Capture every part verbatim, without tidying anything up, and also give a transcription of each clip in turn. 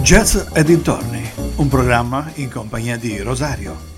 Jazz e dintorni, un programma in compagnia di Rosario.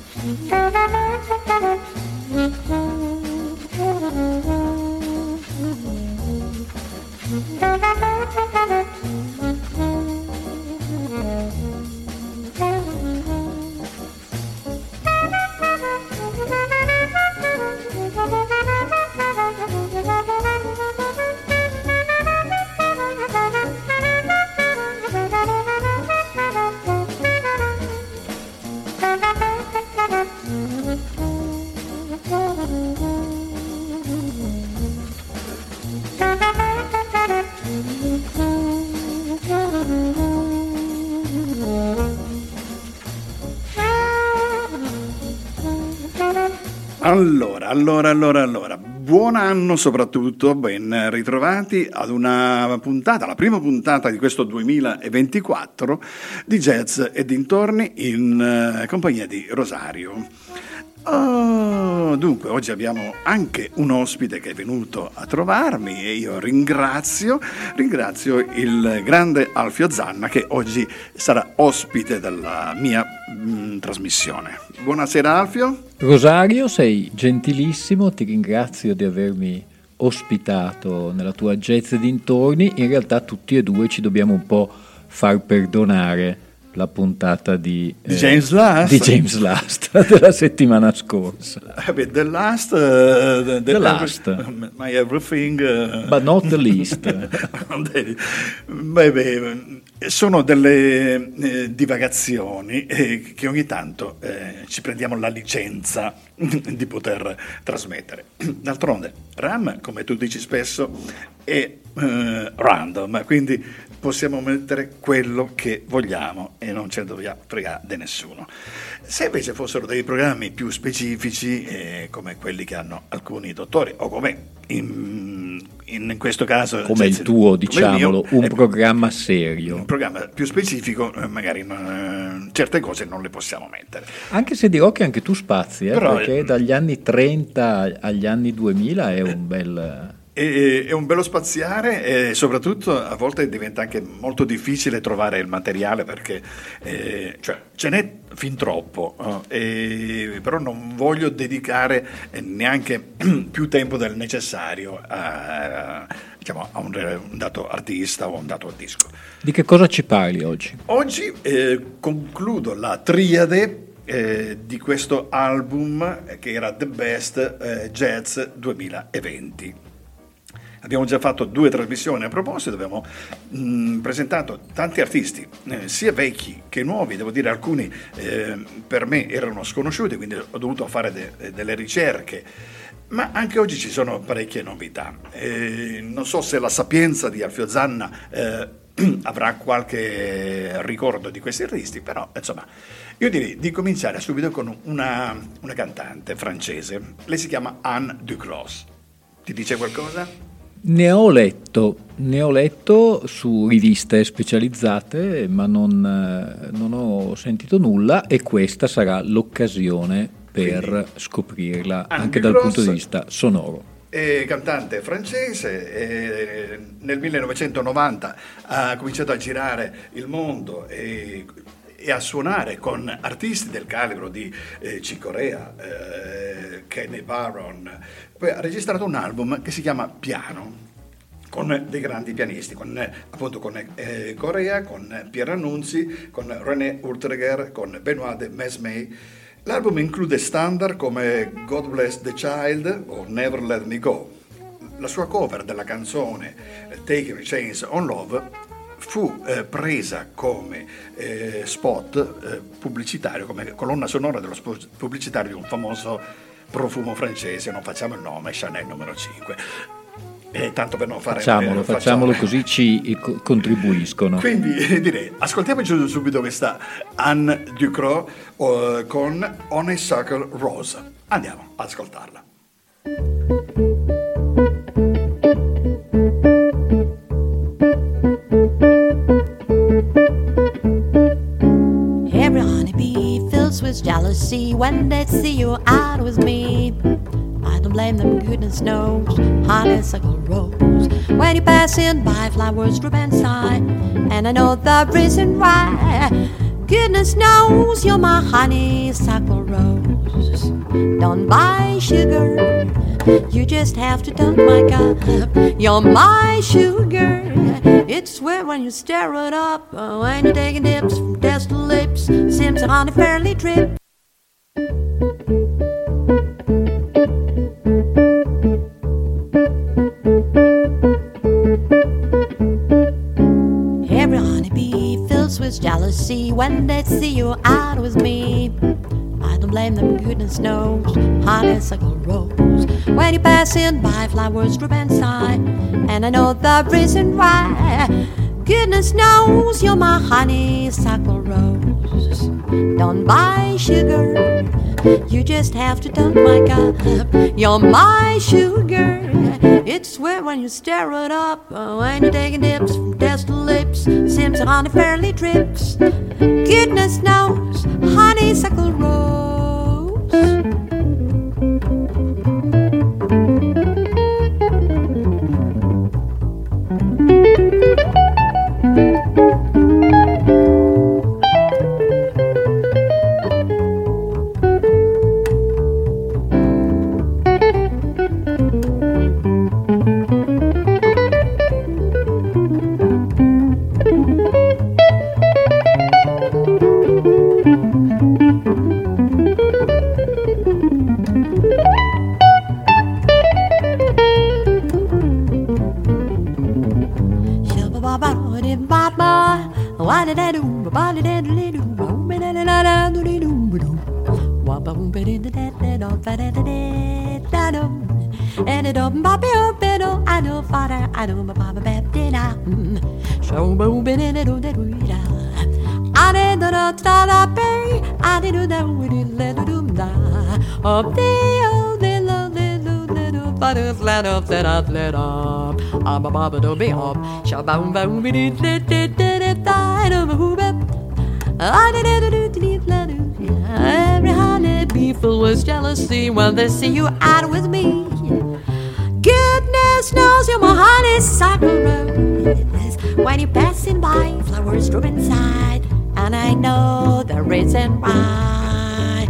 Allora, allora, allora, allora, buon anno soprattutto, ben ritrovati ad una puntata, la prima puntata di questo duemilaventiquattro di Jazz e dintorni in uh, compagnia di Rosario. Oh, dunque, oggi abbiamo anche un ospite che è venuto a trovarmi e io ringrazio, ringrazio il grande Alfio Zanna che oggi sarà ospite della mia mh, trasmissione. Buonasera Alfio. Rosario, sei gentilissimo, ti ringrazio di avermi ospitato nella tua Jazz e dintorni. In realtà tutti e due ci dobbiamo un po' far perdonare la puntata di, di James eh, Last di James Last della settimana scorsa. Uh, the last, uh, the, the last, every, my everything, uh, but not the least. beh, beh, sono delle eh, divagazioni eh, che ogni tanto eh, ci prendiamo la licenza di poter trasmettere. D'altronde, RAM, come tu dici spesso, è eh, random, quindi possiamo mettere quello che vogliamo e non ce ne dobbiamo fregare di nessuno. Se invece fossero dei programmi più specifici, eh, come quelli che hanno alcuni dottori, o come in, in questo caso come il tuo, diciamolo, un programma serio, un programma più specifico, eh, magari eh, certe cose non le possiamo mettere. Anche se dirò che anche tu spazi, eh, Però, perché eh, dagli anni trenta agli anni duemila è un bel... È un bello spaziare e soprattutto a volte diventa anche molto difficile trovare il materiale perché eh, cioè, ce n'è fin troppo, eh, però non voglio dedicare neanche più tempo del necessario a, diciamo, a un, un dato artista o un dato disco. Di che cosa ci parli oggi? Oggi eh, concludo la triade Eh, di questo album che era The Best eh, Jazz duemilaventi. Abbiamo già fatto due trasmissioni a proposito, abbiamo mh, presentato tanti artisti, eh, sia vecchi che nuovi, devo dire alcuni eh, per me erano sconosciuti, quindi ho dovuto fare de- delle ricerche, ma anche oggi ci sono parecchie novità. Eh, non so se la sapienza di Alfio Zanna eh, avrà qualche ricordo di questi artisti, però insomma io direi di cominciare subito con una, una cantante francese, lei si chiama Anne Duclos. Ti dice qualcosa? Ne ho letto, ne ho letto su riviste specializzate, ma non, non ho sentito nulla e questa sarà l'occasione per Quindi, scoprirla anche dal punto di vista sonoro. È cantante francese, e nel millenovecentonovanta ha cominciato a girare il mondo e, e a suonare con artisti del calibro di eh, Chick Corea, eh, Kenny Barron. Poi ha registrato un album che si chiama Piano, con dei grandi pianisti, con, appunto con eh, Corea, con Pierre Annunzi, con René Urtreger, con Benoît de Mesme. L'album include standard come God Bless the Child o Never Let Me Go. La sua cover della canzone Taking a Chance on Love fu eh, presa come eh, spot eh, pubblicitario, come colonna sonora dello spot pubblicitario di un famoso profumo francese, non facciamo il nome, Chanel numero cinque. E tanto per non fare facciamolo, eh, facciamolo facciamo. Così ci contribuiscono. Quindi eh, direi ascoltiamoci subito questa Anne Ducros uh, con Honeysuckle Rose. Andiamo ad ascoltarla. Every honeybee fills with jealousy when they see you out with me. I don't don't blame them, goodness knows. Honeysuckle rose. When you're passing by, flowers drip and sigh, and I know the reason why. Goodness knows you're my honeysuckle rose. Don't buy sugar, you just have to dump my cup. You're my sugar. It's sweet when you stir it up. When you're taking dips from test to lips, seems a honey fairly trip. Every honeybee fills with jealousy when they see you out with me. I don't blame them, goodness knows. Honeysuckle rose. When you're passing by, flowers drip and sigh, and I know the reason why. Goodness knows you're my honeysuckle rose. Don't buy sugar, you just have to dump my cup. You're my sugar. It's sweet when you stir it up. When you're taking dips from test to lips, seems a honey fairly drips. Goodness knows, honeysuckle rose. I'm a baba do be up, shabam bam be did did did did I don't know who bep. I did it did did every honeybee full with jealousy when they see you out with me. Goodness knows you're my honeysuckle rose. When you're passing by, flowers drip inside, and I know the reason why.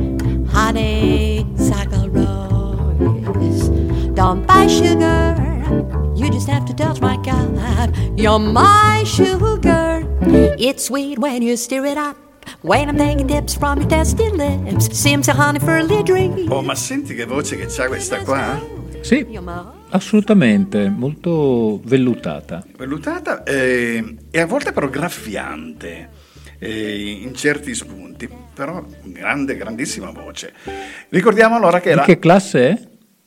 Honeysuckle rose. Don't buy sugar, you just have to touch my cup. You're my sugar. It's sweet when you stir it up. When I'm taking dips from your tasty lips, seems a honey fairly dream. Oh, ma senti che voce che c'ha questa qua? Sì, assolutamente, molto vellutata. Vellutata eh, e a volte però graffiante eh, in certi spunti, però grande, grandissima voce. Ricordiamo allora che era... Di che classe è?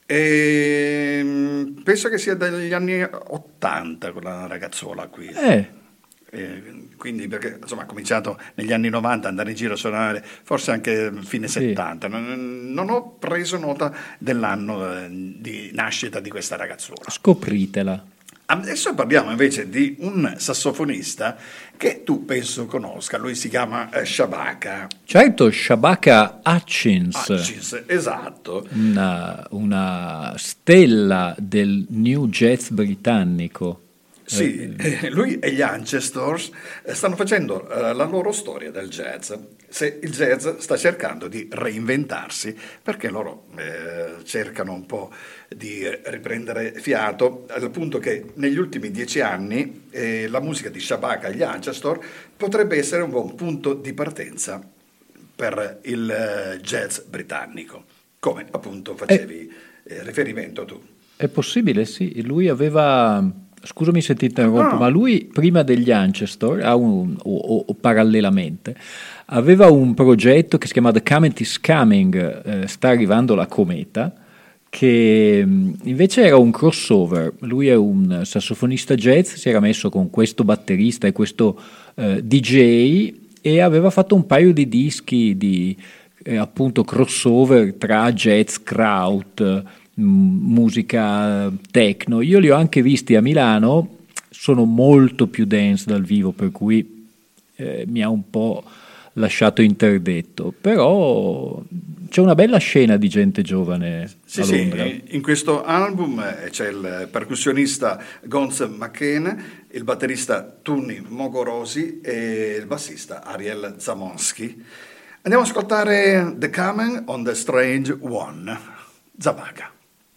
E penso che sia dagli anni ottanta quella ragazzola qui. Eh. E quindi perché insomma ha cominciato negli anni novanta ad andare in giro a suonare, forse anche fine sì. settanta. Non, non ho preso nota dell'anno eh, di nascita di questa ragazzola. Scopritela. Adesso parliamo invece di un sassofonista che tu penso conosca, lui si chiama eh, Shabaka. Certo, Shabaka Hutchins. Hutchins, esatto. Una, una stella del new jazz britannico. Sì, eh, lui e gli Ancestors stanno facendo eh, la loro storia del jazz. Se il jazz sta cercando di reinventarsi, perché loro eh, cercano un po' di riprendere fiato, al punto che negli ultimi dieci anni eh, la musica di Shabaka e gli Ancestors potrebbe essere un buon punto di partenza per il eh, jazz britannico, come appunto facevi eh, riferimento tu. È possibile, sì. Lui aveva... Scusami se ti interrompo, no. ma lui prima degli Ancestor, ha un, o, o, o parallelamente, aveva un progetto che si chiama The Comet is Coming, eh, sta arrivando la cometa, che invece era un crossover. Lui è un sassofonista jazz, si era messo con questo batterista e questo eh, D J e aveva fatto un paio di dischi di eh, appunto crossover tra jazz, kraut, musica techno. Io li ho anche visti a Milano, sono molto più dance dal vivo, per cui eh, mi ha un po' lasciato interdetto, però c'è una bella scena di gente giovane sì, a Londra. Sì, in questo album c'è il percussionista Gonz McCain, il batterista Tuni Mogorosi e il bassista Ariel Zamonski. Andiamo ad ascoltare The Coming on the Strange One, Zabaka.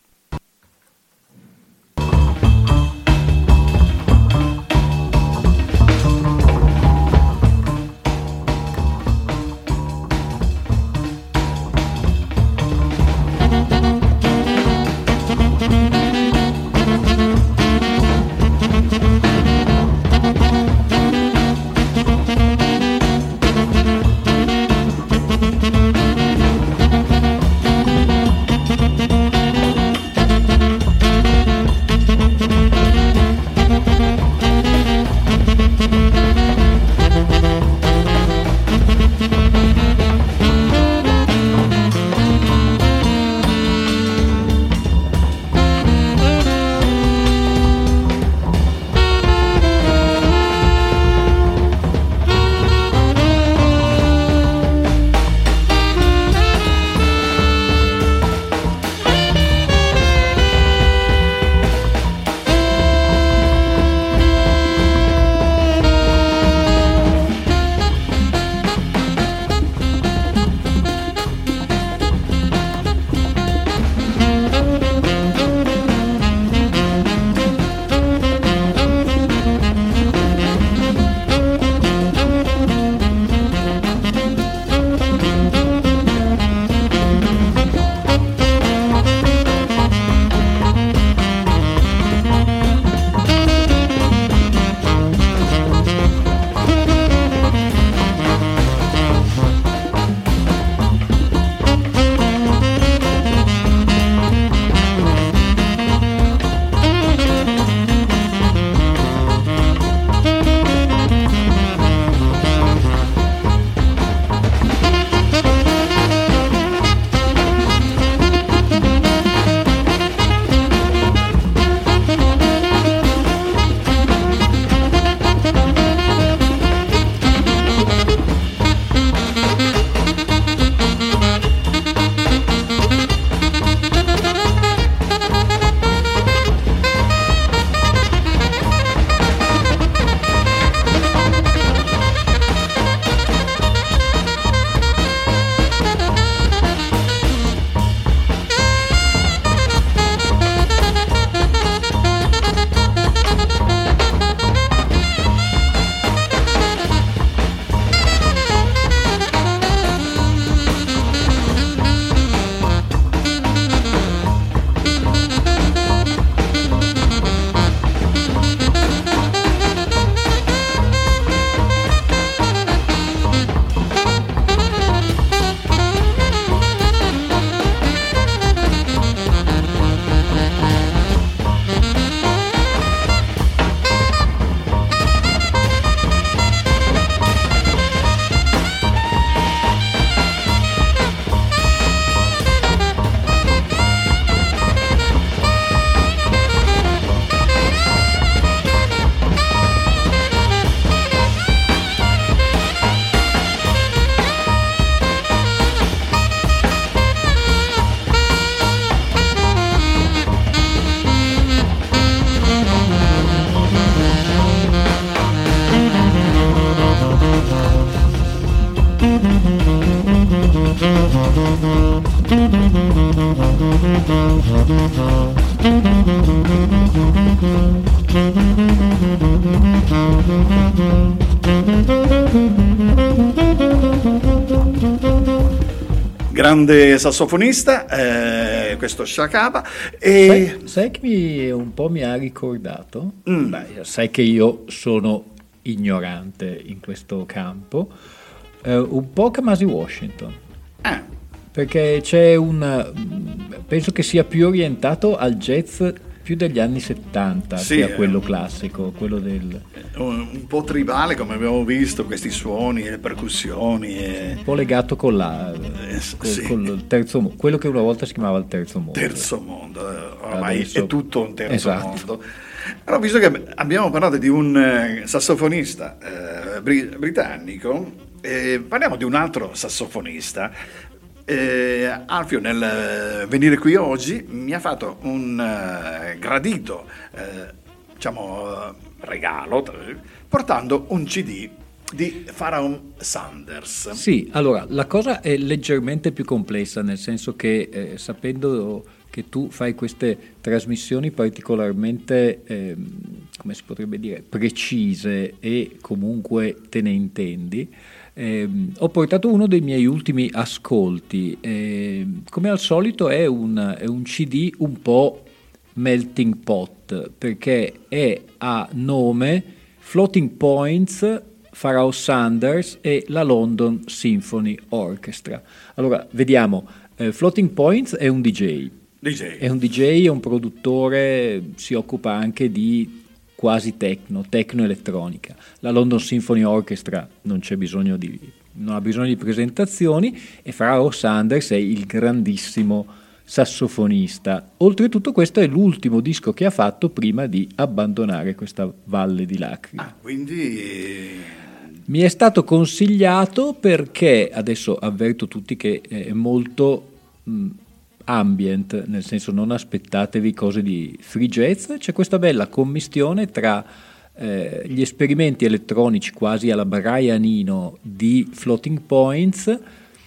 Grande sassofonista, eh, questo Shakaba. E... Sai, sai che mi, un po' mi ha ricordato? Mm. Beh, sai che io sono ignorante in questo campo, eh, un po' Kamasi Washington. Ah. Perché c'è un... penso che sia più orientato al jazz più degli anni settanta, sì, che a quello classico, quello del... Un, un po' tribale, come abbiamo visto, questi suoni e le percussioni. E... un po' legato con la... Eh, con, sì. con il terzo mondo, quello che una volta si chiamava il terzo mondo. Terzo mondo, ormai Adesso... è tutto un terzo esatto. mondo. Allora, visto che abbiamo parlato di un eh, sassofonista eh, bri- britannico, Eh, parliamo di un altro sassofonista. Eh, Alfio, nel venire qui oggi mi ha fatto un uh, gradito uh, diciamo regalo, portando un C D di Pharoah Sanders. Sì, allora la cosa è leggermente più complessa, nel senso che eh, sapendo che tu fai queste trasmissioni particolarmente, eh, come si potrebbe dire, precise e comunque te ne intendi, eh, ho portato uno dei miei ultimi ascolti. Eh, come al solito è un, è un C D un po' melting pot, perché è a nome Floating Points, Pharoah Sanders e la London Symphony Orchestra. Allora, vediamo, eh, Floating Points è un D J. D J. È un D J, è un produttore, si occupa anche di quasi techno, techno elettronica. La London Symphony Orchestra non c'è bisogno di, non ha bisogno di presentazioni, e Pharoah Sanders è il grandissimo sassofonista. Oltretutto questo è l'ultimo disco che ha fatto prima di abbandonare questa valle di lacrime. Ah, quindi mi è stato consigliato perché, adesso avverto tutti che è molto mh, ambient, nel senso non aspettatevi cose di free jazz, c'è questa bella commistione tra eh, gli esperimenti elettronici quasi alla Brian Eno di Floating Points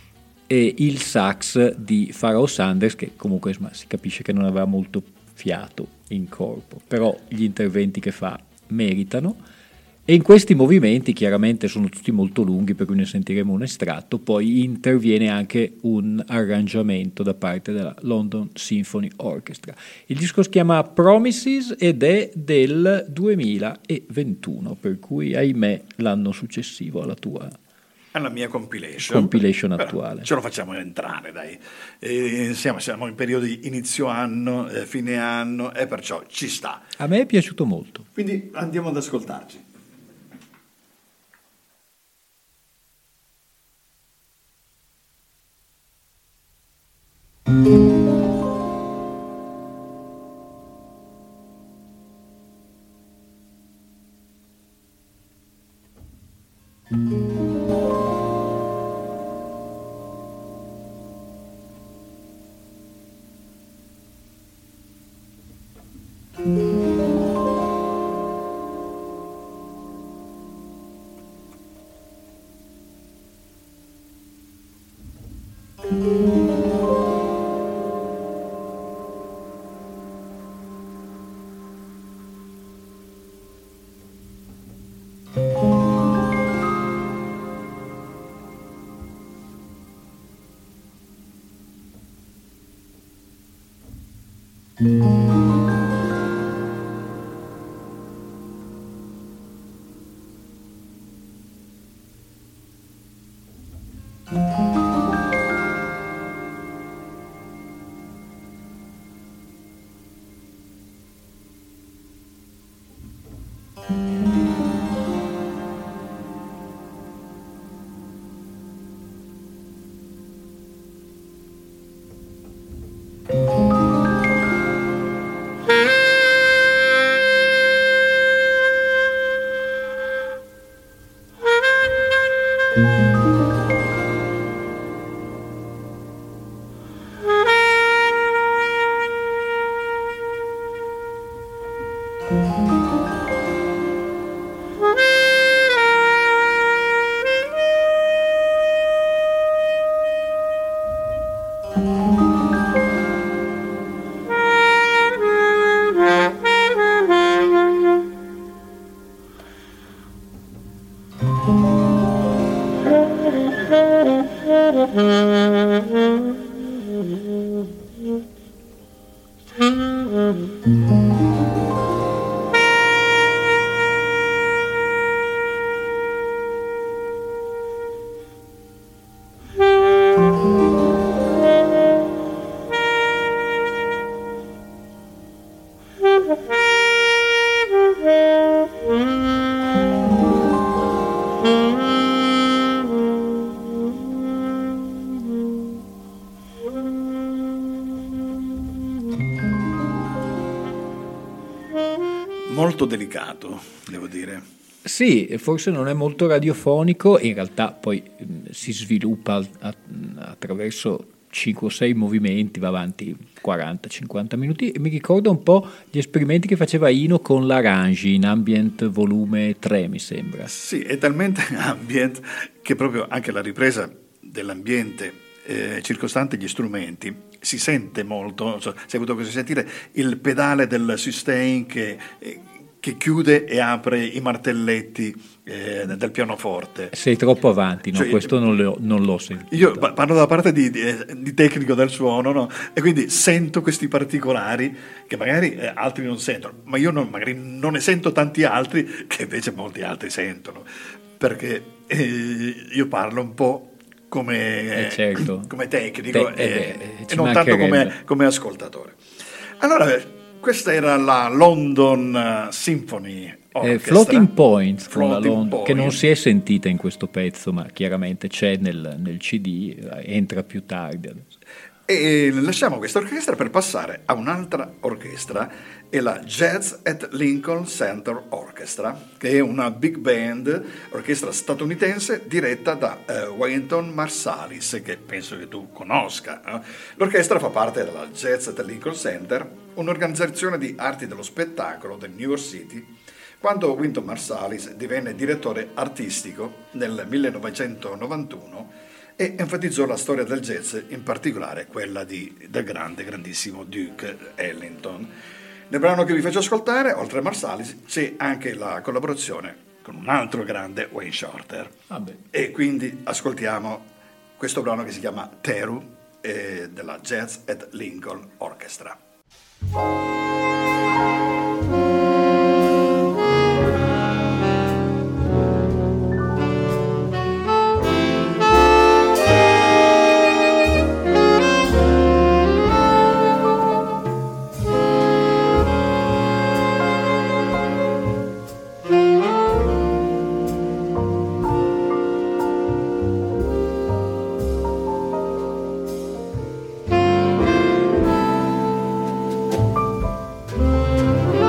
e il sax di Pharoah Sanders, che comunque insomma, si capisce che non aveva molto fiato in corpo, però gli interventi che fa meritano. E in questi movimenti chiaramente sono tutti molto lunghi, per cui ne sentiremo un estratto, poi interviene anche un arrangiamento da parte della London Symphony Orchestra. Il disco si chiama Promises ed è del duemilaventuno, per cui ahimè l'anno successivo alla tua alla mia compilation, compilation Però attuale. Ce lo facciamo entrare, dai. Eh, siamo, siamo in periodi inizio anno, eh, fine anno, e perciò ci sta. A me è piaciuto molto. Quindi andiamo ad ascoltarci. Molto delicato, devo dire. Sì, forse non è molto radiofonico, in realtà poi mh, si sviluppa a- attraverso cinque o sei movimenti, va avanti quaranta cinquanta minuti, e mi ricorda un po' gli esperimenti che faceva Ino con l'Arrangi in Ambient volume tre, mi sembra. Sì, è talmente ambient che proprio anche la ripresa dell'ambiente eh, circostante gli strumenti si sente molto, non so, si è avuto così sentire il pedale del sustain che, eh, che chiude e apre i martelletti eh, del pianoforte. Sei troppo avanti, no? Cioè, Questo non l'ho, non l'ho sentito. Io pa- parlo da parte di, di, di tecnico del suono, no? E quindi sento questi particolari che magari eh, altri non sentono, ma io non, magari non ne sento tanti altri che invece molti altri sentono, perché eh, io parlo un po' come, Eh, certo. come tecnico Te- e, eh beh, e ci non tanto come, mancherebbe. come ascoltatore. Allora, questa era la London Symphony Eh, Orchestra. Floating Points, con la Floating London, che non Point. si è sentita in questo pezzo, ma chiaramente c'è nel, nel C D, eh, entra più tardi adesso. E lasciamo questa orchestra per passare a un'altra orchestra, è la Jazz at Lincoln Center Orchestra, che è una big band, orchestra statunitense diretta da eh, Wynton Marsalis, che penso che tu conosca. No? L'orchestra fa parte della Jazz at Lincoln Center, un'organizzazione di arti dello spettacolo del New York City, quando Wynton Marsalis divenne direttore artistico nel millenovecentonovantuno e enfatizzò la storia del jazz, in particolare quella di, del grande, grandissimo Duke Ellington. Nel brano che vi faccio ascoltare, oltre a Marsalis, c'è anche la collaborazione con un altro grande, Wayne Shorter. Ah beh. E quindi ascoltiamo questo brano che si chiama Teru, eh, della Jazz at Lincoln Orchestra. Thank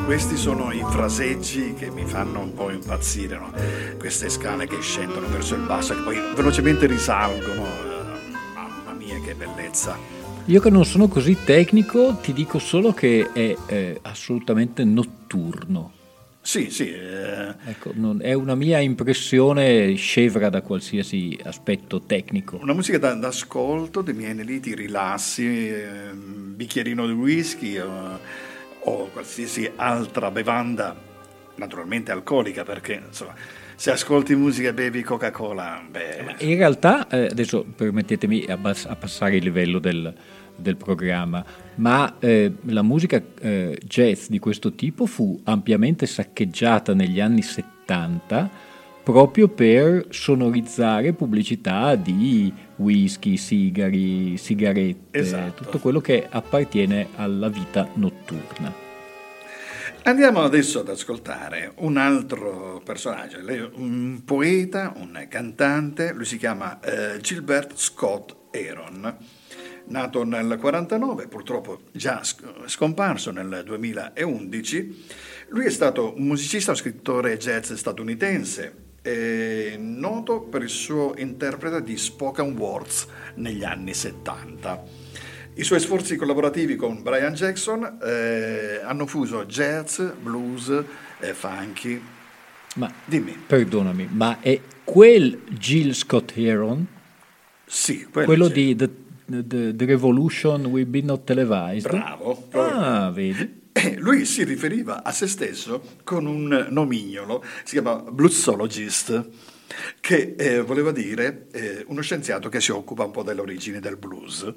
Questi sono i fraseggi che mi fanno un po' impazzire, no? Queste scale che scendono verso il basso e che poi velocemente risalgono. Mamma mia, che bellezza! Io che non sono così tecnico ti dico solo che è eh, assolutamente notturno. Sì, sì. Eh... Ecco, non, è una mia impressione scevra da qualsiasi aspetto tecnico. Una musica da, d'ascolto, dei miei aneliti, rilassi, eh, bicchierino di whisky o, o qualsiasi altra bevanda, naturalmente alcolica, perché insomma, se ascolti musica e bevi Coca-Cola, beh... In realtà, eh, adesso permettetemi a, bas- a passare il livello del... del programma, ma eh, la musica eh, jazz di questo tipo fu ampiamente saccheggiata negli anni settanta proprio per sonorizzare pubblicità di whisky, sigari, sigarette, esatto. Tutto quello che appartiene alla vita notturna. Andiamo adesso ad ascoltare un altro personaggio, un poeta, un cantante, lui si chiama eh, Gilbert Scott Heron. Nato nel quarantanove, purtroppo già scomparso nel duemilaundici, lui è stato un musicista, un scrittore jazz statunitense, eh, noto per il suo interprete di spoken words negli anni settanta. I suoi sforzi collaborativi con Brian Jackson eh, hanno fuso jazz, blues e funky. Ma dimmi. Perdonami, ma è quel Gil Scott Heron? Sì, quello, quello di The The, the Revolution Will Be Not Televised. Bravo. Ah, vedi. Eh, lui si riferiva a se stesso con un nomignolo, si chiama bluesologist, che eh, voleva dire eh, uno scienziato che si occupa un po' delle origini del blues.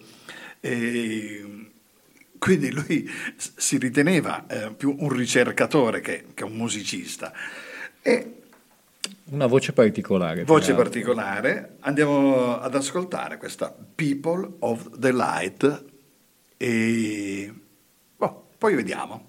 E quindi lui si riteneva eh, più un ricercatore che, che un musicista. E una voce particolare. Voce particolare. Andiamo ad ascoltare questa People of the Light e boh, poi vediamo.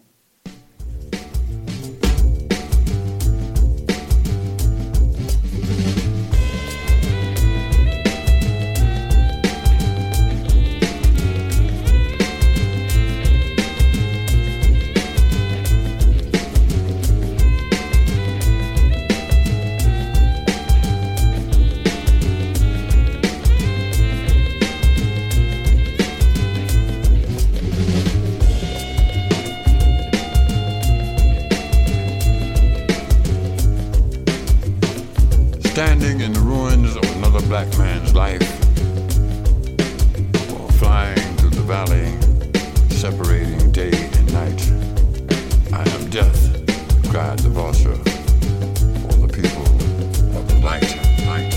Standing in the ruins of another black man's life, or flying through the valley, separating day and night. I am death, cried the vulture, for the people of the light. light.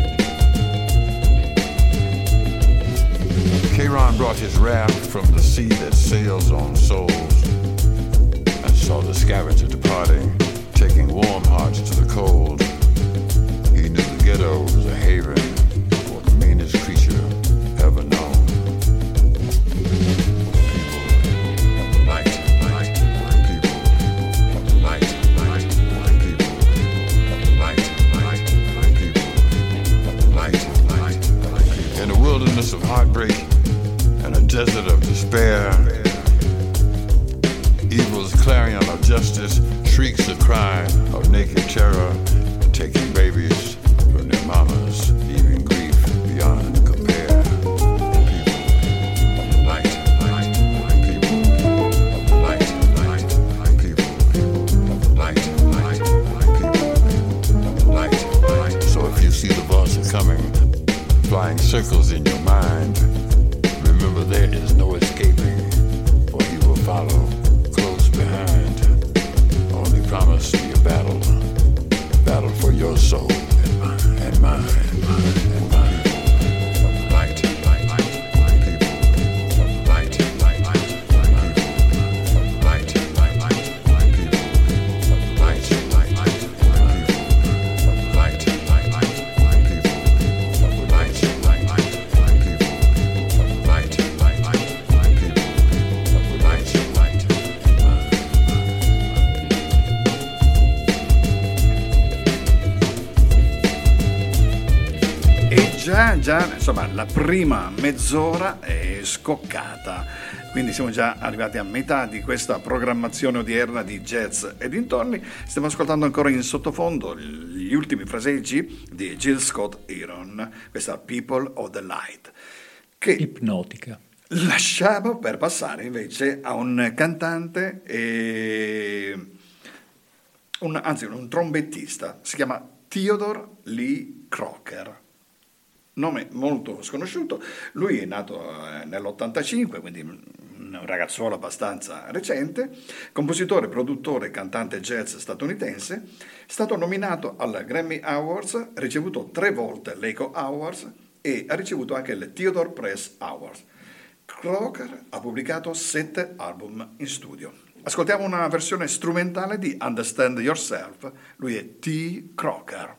Chiron brought his raft from the sea that sails on souls, and saw the scavenger departing, taking warm hearts to the cold. He knew the ghetto was a haven for the meanest creature ever known. People of the light, light, people of the light, light, people of the light, light, people of the light, light. In a wilderness of heartbreak and a desert of despair, evil's clarion of justice shrieks a cry of naked terror, taking babies from their mamas, leaving grief beyond compare. People of the light, light, people of the light, light, people of the light, light, people of the light, light. So if you see the vulture coming, flying circles in your mind, remember there is no escaping, for he will follow close behind. Only promise me a battle. Battle for your soul and mine, and mine, and mine, and mine. People of the light, light, people of the light, light, people of the light, light, people of the light, light, people of the light, light, people of the light, light, people of the light, light, people of the light, light. Già, già, insomma, la prima mezz'ora è scoccata Quindi siamo già arrivati a metà di questa programmazione odierna di jazz e dintorni. Stiamo ascoltando ancora in sottofondo gli ultimi fraseggi di Jill Scott Heron, questa People of the Light, che ipnotica. Lasciamo per passare invece a un cantante e un, anzi un trombettista, si chiama Theodore Lee Crocker. Nome molto sconosciuto. Lui è nato nell'ottantacinque, quindi un ragazzuolo abbastanza recente, compositore, produttore, cantante jazz statunitense, è stato nominato al Grammy Awards, ricevuto tre volte l'Echo Awards e ha ricevuto anche il Theodore Press Awards. Crocker ha pubblicato sette album in studio. Ascoltiamo una versione strumentale di Understand Yourself. Lui è T. Crocker.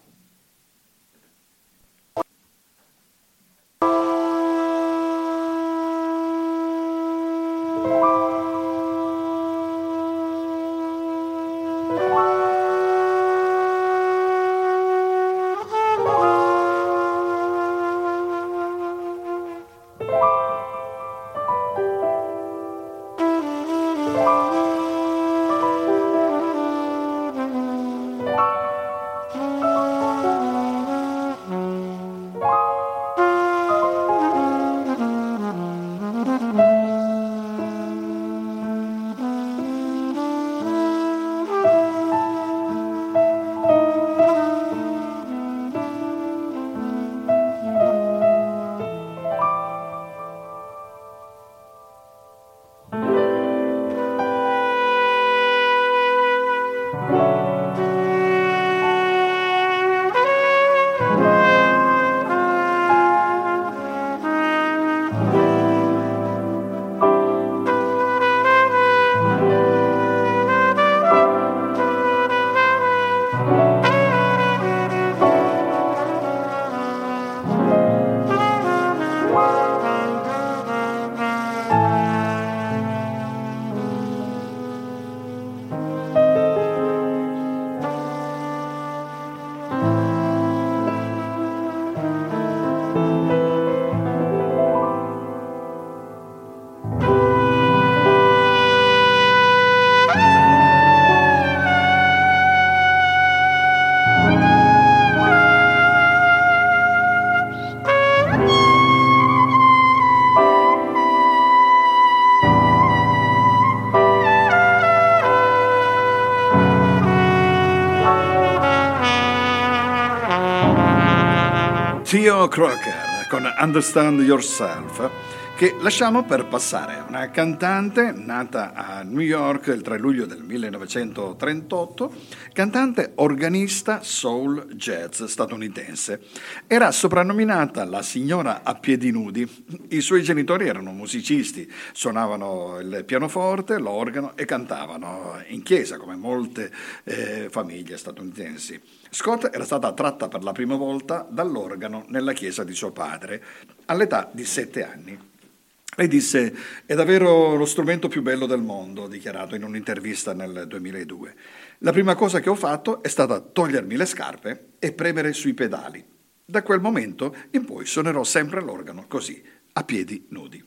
Theo Crocker con Understand Yourself, che lasciamo per passare a una cantante nata a New York il tre luglio del millenovecentotrentotto, cantante organista soul jazz statunitense. Era soprannominata la signora a piedi nudi. I suoi genitori erano musicisti, suonavano il pianoforte, l'organo e cantavano in chiesa come molte eh, famiglie statunitensi. Scott era stata attratta per la prima volta dall'organo nella chiesa di suo padre all'età di sette anni. Lei disse: "È davvero lo strumento più bello del mondo", ha dichiarato in un'intervista nel duemiladue. "La prima cosa che ho fatto è stata togliermi le scarpe e premere sui pedali. Da quel momento in poi suonerò sempre l'organo così, a piedi nudi".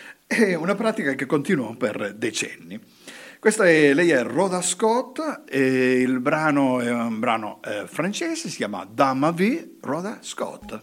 È una pratica che continuò per decenni. Questa è, lei è Rhoda Scott e il brano è un brano eh, francese, si chiama Dans ma vie, Rhoda Scott.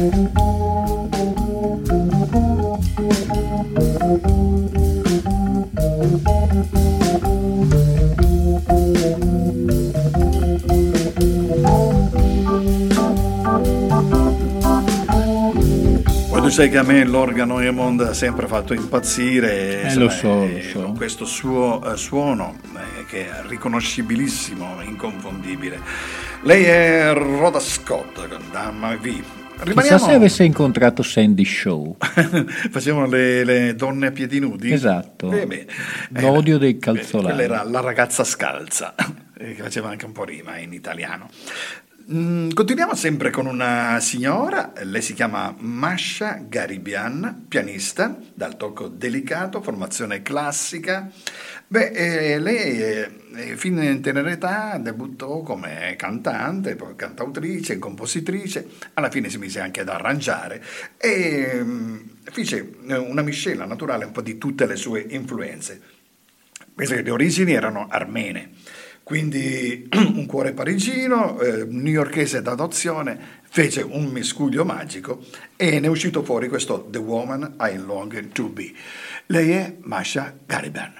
Sai che a me l'organo Hammond ha sempre fatto impazzire, eh, insomma, lo so, lo eh, so. Con questo suo eh, suono eh, che è riconoscibilissimo, inconfondibile. Lei è Rhoda Scott con Damn V. Rimaniamo... Chissà se avesse incontrato Sandy Shaw. Facevano le, le donne a piedi nudi? Esatto, beh, beh. l'odio eh, dei calzolari. Quella era La ragazza scalza, che faceva anche un po' rima in italiano. Mm, continuiamo sempre con una signora, lei si chiama Masha Garibian, pianista, dal tocco delicato, formazione classica. Beh, eh, lei eh, fin in tenera età debuttò come cantante, poi cantautrice, compositrice, alla fine si mise anche ad arrangiare e mm, fece una miscela naturale un po' di tutte le sue influenze. Penso che le origini erano armene. Quindi un cuore parigino, eh, newyorkese d'adozione, fece un miscuglio magico e ne è uscito fuori questo The Woman I Long to Be. Lei è Masha Garibian.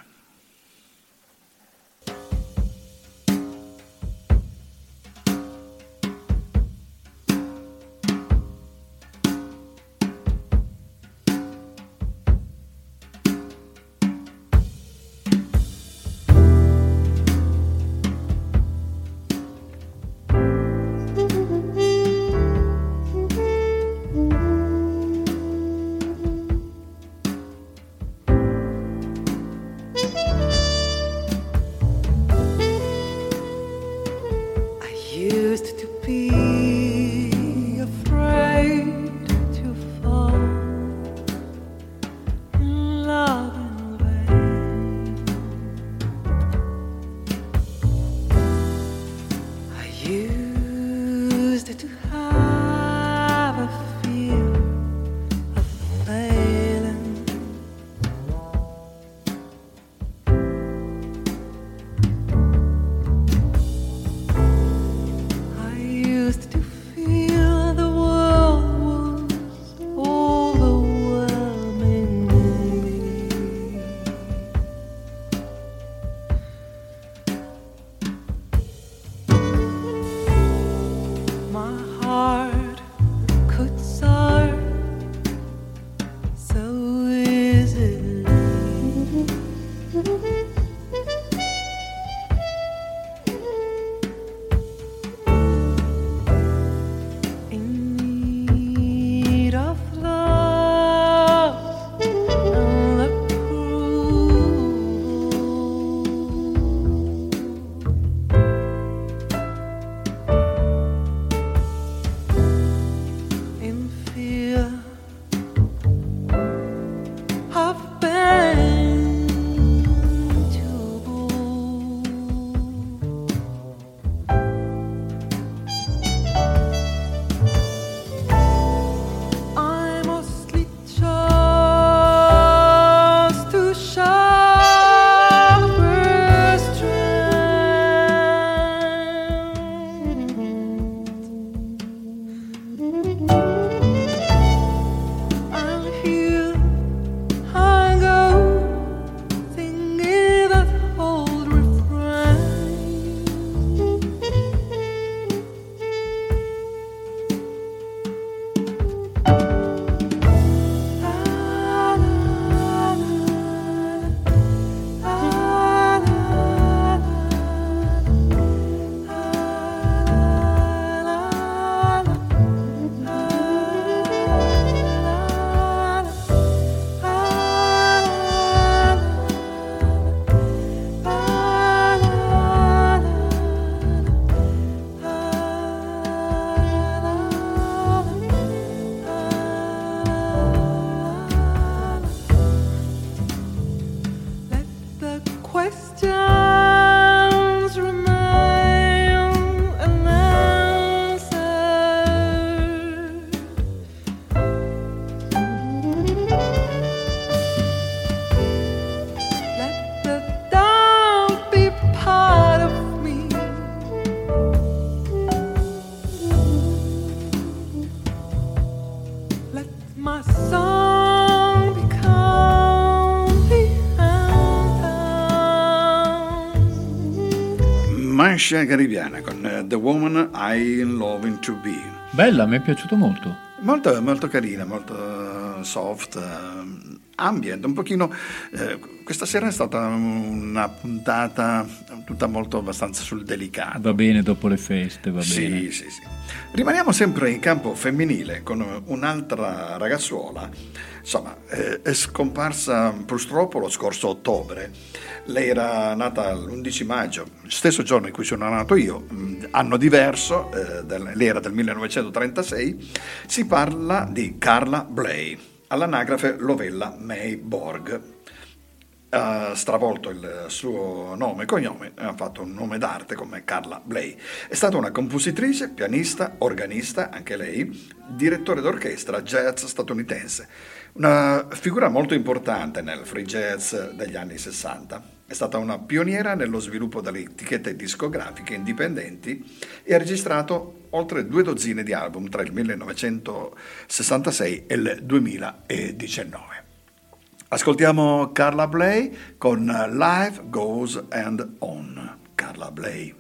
Francia Garibiana con uh, The Woman I Loving to Be. Bella, mi è piaciuto molto. Molto, molto carina, molto uh, soft, uh, ambient, un pochino. Uh, questa sera è stata una puntata tutta molto abbastanza sul delicato. Va bene dopo le feste, va sì, bene. Sì, sì. Rimaniamo sempre in campo femminile con un'altra ragazzuola. Insomma, eh, è scomparsa purtroppo lo scorso ottobre. Lei era nata l'undici maggio, stesso giorno in cui sono nato io, anno diverso, eh, del, lei era del millenovecentotrentasei. Si parla di Carla Bley, all'anagrafe Lovella May Borg. Ha stravolto il suo nome e cognome e ha fatto un nome d'arte come Carla Bley. È stata una compositrice, pianista, organista, anche lei, direttore d'orchestra jazz statunitense. Una figura molto importante nel free jazz degli anni sessanta. È stata una pioniera nello sviluppo delle etichette discografiche indipendenti e ha registrato oltre due dozzine di album tra il millenovecentosessantasei e il duemiladiciannove. Ascoltiamo Carla Bley con Life Goes and On. Carla Bley.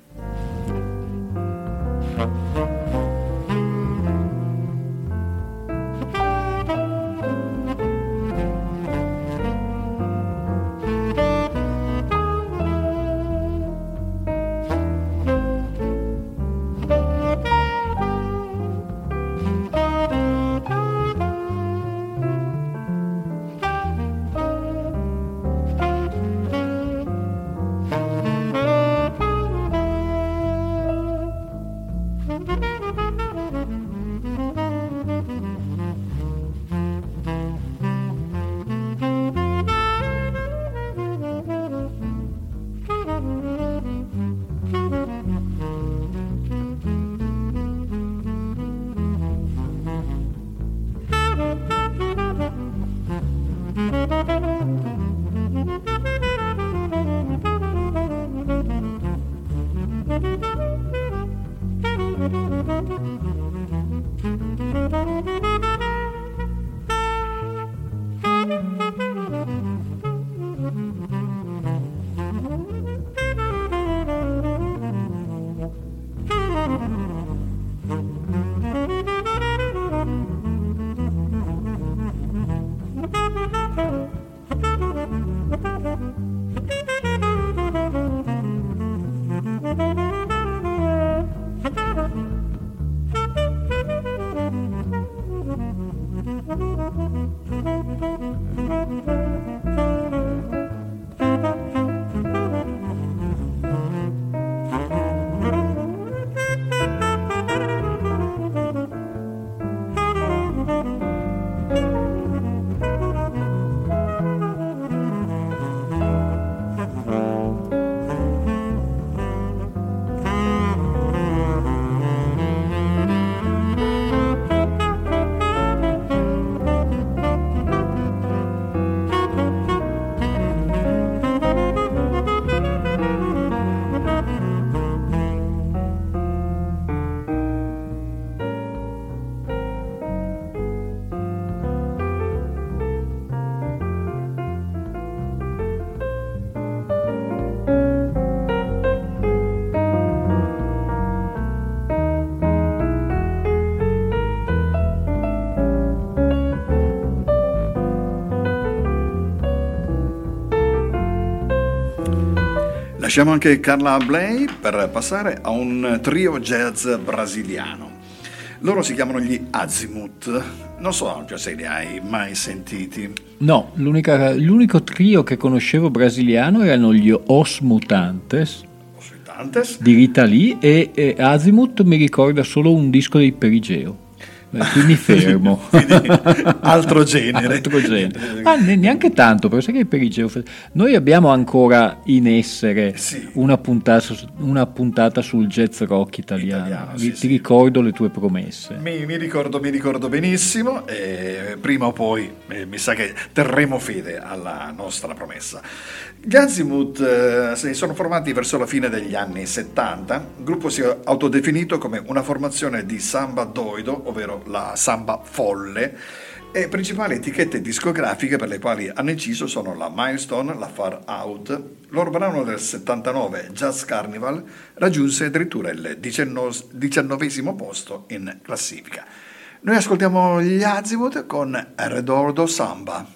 Lasciamo anche Carla Bley per passare a un trio jazz brasiliano. Loro si chiamano gli Azimuth. Non so se li hai mai sentiti. No, l'unica, l'unico trio che conoscevo brasiliano erano gli Os Mutantes, Os Mutantes. di Rita Lee, e, e Azimuth mi ricorda solo un disco dei Perigeo. Quindi fermo. Quindi, altro genere. altro genere. Ah, neanche tanto, perché sai che il Perigeo. Noi abbiamo ancora in essere sì. una, puntata, una puntata sul jazz rock italiano. italiano Ti sì, ricordo sì. le tue promesse. Mi, mi ricordo, mi ricordo benissimo. E prima o poi eh, mi sa che terremo fede alla nostra promessa. Gli Azimuth eh, si sono formati verso la fine degli anni settanta. Il gruppo si è autodefinito come una formazione di samba doido, ovvero ovvero la samba folle, e principali etichette discografiche per le quali hanno inciso sono la Milestone, la Far Out. Loro brano del settantanove, Jazz Carnival, raggiunse addirittura il diciannovesimo posto in classifica. Noi ascoltiamo gli Azimuth con Redondo Samba.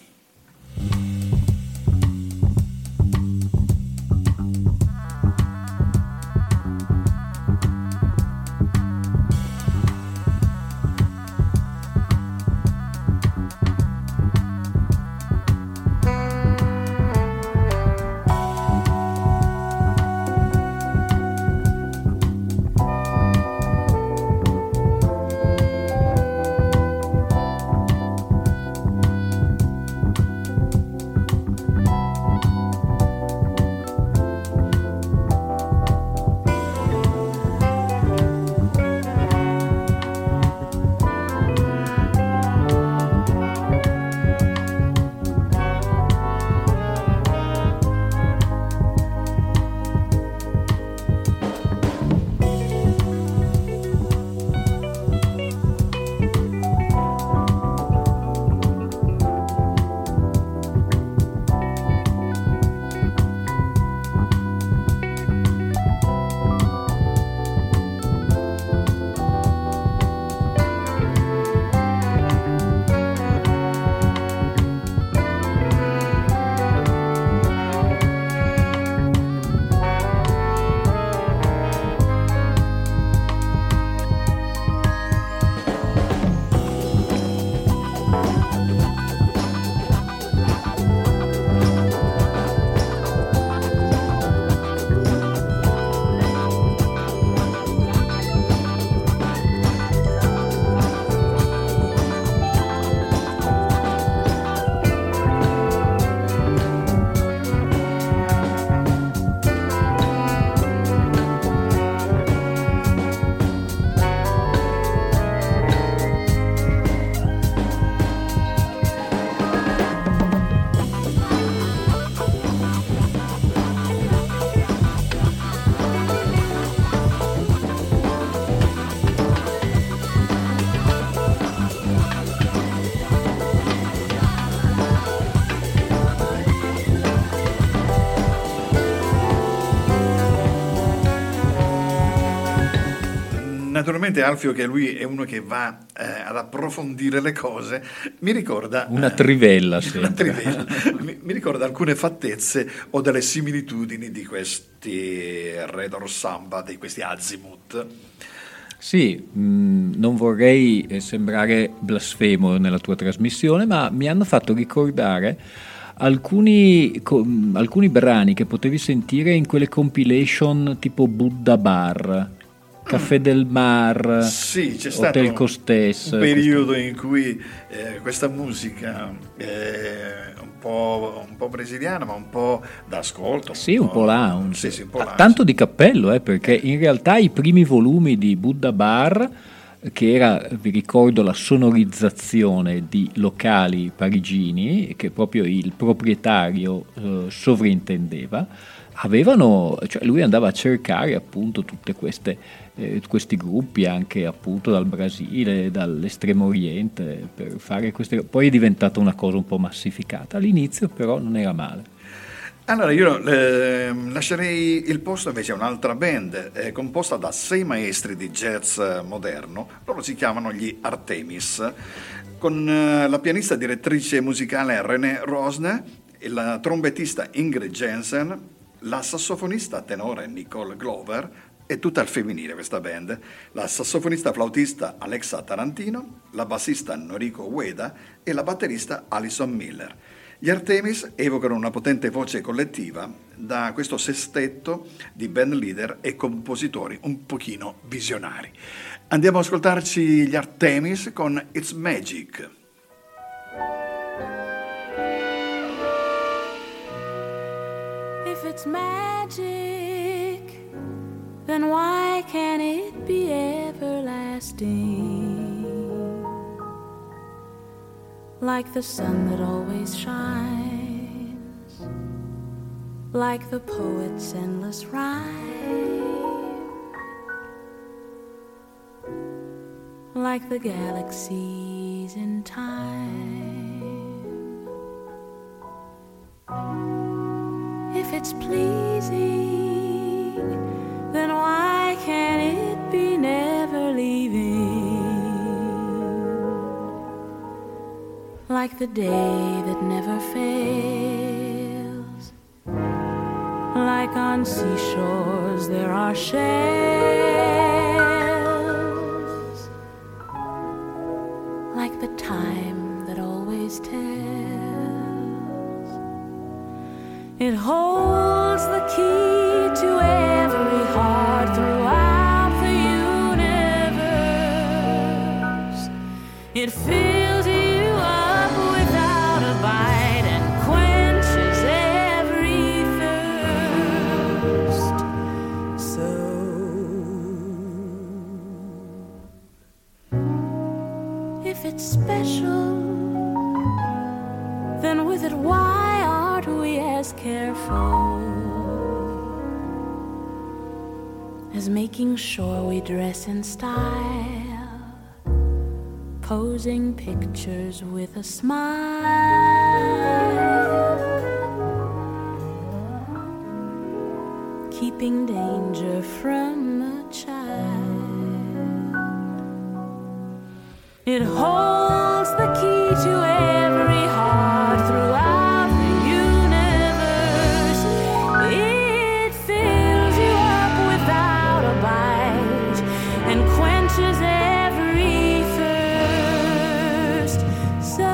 Naturalmente Alfio, che lui è uno che va eh, ad approfondire le cose, mi ricorda una trivella, eh, una trivella. mi, mi ricorda alcune fattezze o delle similitudini di questi Red Hot Samba, di questi Azimuth. Sì, mh, non vorrei sembrare blasfemo nella tua trasmissione, ma mi hanno fatto ricordare alcuni, co- alcuni brani che potevi sentire in quelle compilation tipo Buddha Bar, Caffè del Mar, sì, c'è stato Hotel Costes, un periodo questo... in cui eh, questa musica eh, un po', un po' brasiliana, ma un po' d'ascolto. Sì, un po', un po lounge. Sì, sì, un po' lounge. Tanto di cappello, eh, perché in realtà i primi volumi di Buddha Bar, che era, vi ricordo, la sonorizzazione di locali parigini, che proprio il proprietario eh, sovrintendeva, avevano, cioè lui andava a cercare appunto tutte queste eh, questi gruppi anche appunto dal Brasile, dall'estremo oriente, per fare queste, poi è diventata una cosa un po' massificata, all'inizio però non era male. Allora io eh, lascerei il posto invece a un'altra band eh, composta da sei maestri di jazz moderno. Loro si chiamano gli Artemis, con eh, la pianista direttrice musicale René Rosne, il trombettista Ingrid Jensen, la sassofonista tenore Nicole Glover, è tutta al femminile questa band, la sassofonista flautista Alexa Tarantino, la bassista Noriko Ueda e la batterista Alison Miller. Gli Artemis evocano una potente voce collettiva da questo sestetto di band leader e compositori un pochino visionari. Andiamo ad ascoltarci gli Artemis con It's Magic. If it's magic, then why can't it be everlasting? Like the sun that always shines, like the poet's endless rhyme, like like the galaxies in time. If it's pleasing, then why can't it be never leaving? Like the day that never fails, like on seashores there are shells, like the time that always tells. It holds the key to every heart throughout the universe. It fills you up without a bite and quenches every thirst. So, if it's special, then with it, why aren't we as careful as making sure we dress in style, posing pictures with a smile, keeping danger from a child? It holds the key to every heart throughout the universe. It fills you up without a bite and quenches every thirst. So,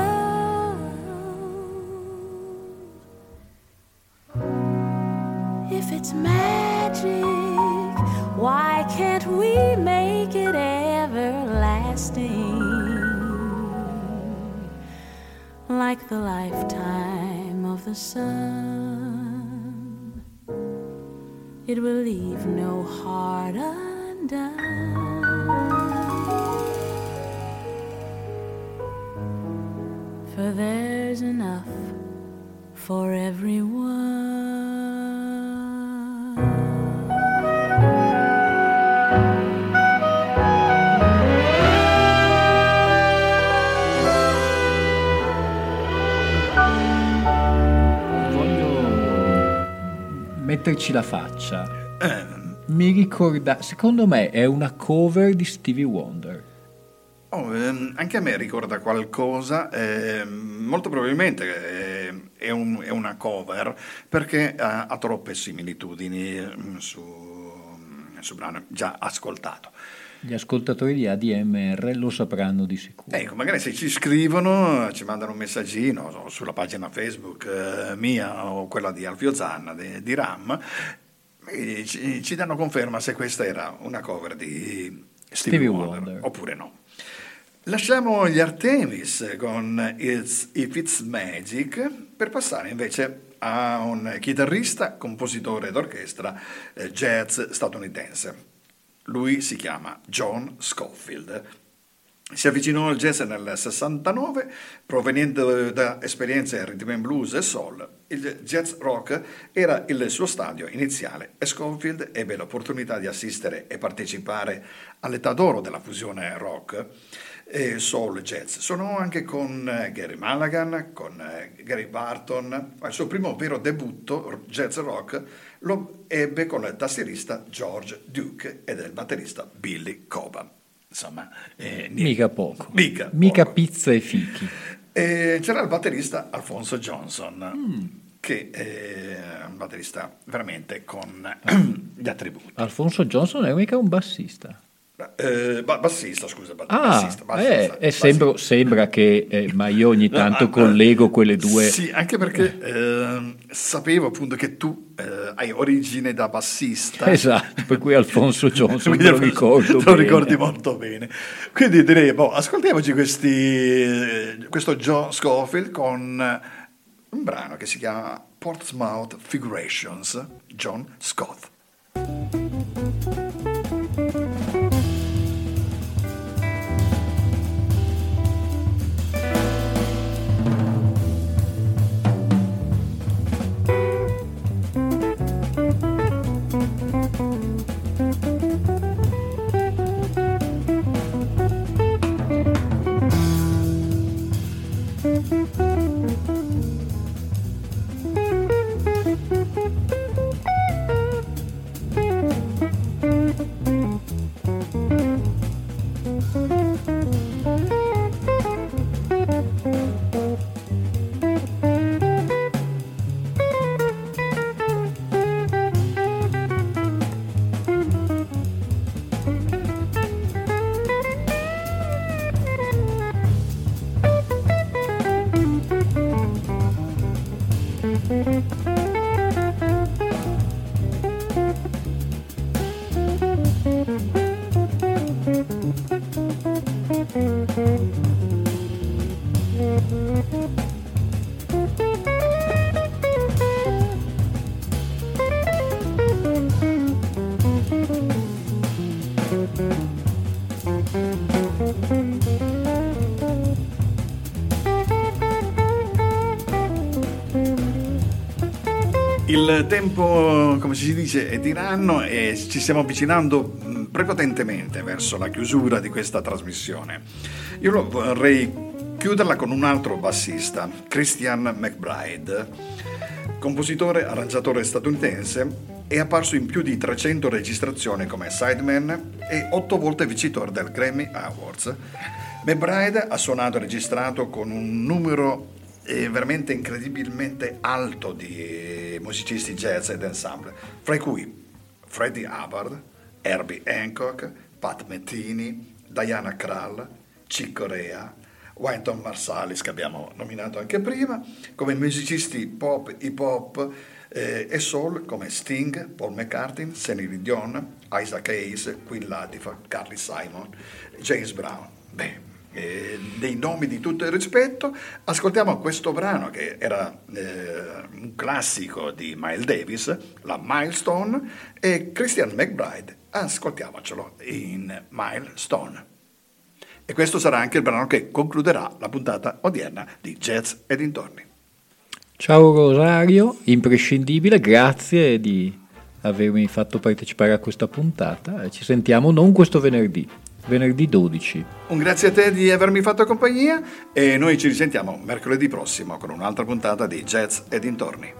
if it's magic, why can't we make it everlasting? Like the lifetime of the sun, it will leave no heart undone. For there's enough for everyone. Metterci la faccia. Mi ricorda, secondo me è una cover di Stevie Wonder. Oh, ehm, anche a me ricorda qualcosa, ehm, molto probabilmente eh, è, un, è una cover perché ha, ha troppe similitudini mm, su, su brano già ascoltato. Gli ascoltatori di A D M R lo sapranno di sicuro. Ecco, magari se ci scrivono, ci mandano un messaggino sulla pagina Facebook eh, mia o quella di Alfio Zanna, di, di RAM, e ci, ci danno conferma se questa era una cover di Stevie, Stevie Wonder, Wonder oppure no. Lasciamo gli Artemis con It's, If It's Magic per passare invece a un chitarrista, compositore d'orchestra eh, jazz statunitense. Lui si chiama John Scofield. Si avvicinò al jazz nel sessantanove, proveniente da esperienze rhythm and blues e soul. Il jazz rock era il suo stadio iniziale e Scofield ebbe l'opportunità di assistere e partecipare all'età d'oro della fusione rock e soul jazz. Suonò anche con Gary Mulligan, con Gary Barton. Il suo primo vero debutto jazz rock lo ebbe con il tastierista George Duke ed il batterista Billy Cobham. Insomma, eh, mica poco. Mica, mica poco. Pizza e fichi. E c'era il batterista Alphonso Johnson, mm. che è un batterista veramente con gli attributi. Alphonso Johnson è mica un bassista. Eh, bassista, scusa, ah, bassista, bassista, eh, bassista. Sembra, sembra che, eh, ma io ogni tanto no, collego quelle due. Sì, anche perché eh, sapevo appunto che tu eh, hai origine da bassista. Esatto, per cui Alphonso Johnson me lo ricordo Te lo ricordi molto bene. Quindi direi, boh, ascoltiamoci questi, questo John Scofield con un brano che si chiama Portsmouth Figurations, John Scott. Il tempo, come si dice, è tiranno e ci stiamo avvicinando prepotentemente verso la chiusura di questa trasmissione. Io vorrei chiuderla con un altro bassista, Christian McBride, compositore, arrangiatore statunitense, è apparso in più di trecento registrazioni come sideman e otto volte vincitore del Grammy Awards. McBride ha suonato e registrato con un numero eh, veramente incredibilmente alto di musicisti jazz ed ensemble, fra cui Freddie Hubbard, Herbie Hancock, Pat Metheny, Diana Krall, Chick Corea, Wynton Marsalis, che abbiamo nominato anche prima, come musicisti pop, hip hop eh, e soul come Sting, Paul McCartney, Celine Dion, Isaac Hayes, Queen Latifah, Carly Simon, James Brown. Beh, eh, dei nomi di tutto il rispetto. Ascoltiamo questo brano che era eh, un classico di Miles Davis, la Milestone, e Christian McBride. Ascoltiamocelo in Milestone. E questo sarà anche il brano che concluderà la puntata odierna di Jazz e dintorni. Ciao Rosario, imprescindibile, grazie di avermi fatto partecipare a questa puntata. Ci sentiamo non questo venerdì, venerdì dodici. Un grazie a te di avermi fatto compagnia e noi ci risentiamo mercoledì prossimo con un'altra puntata di Jazz e dintorni.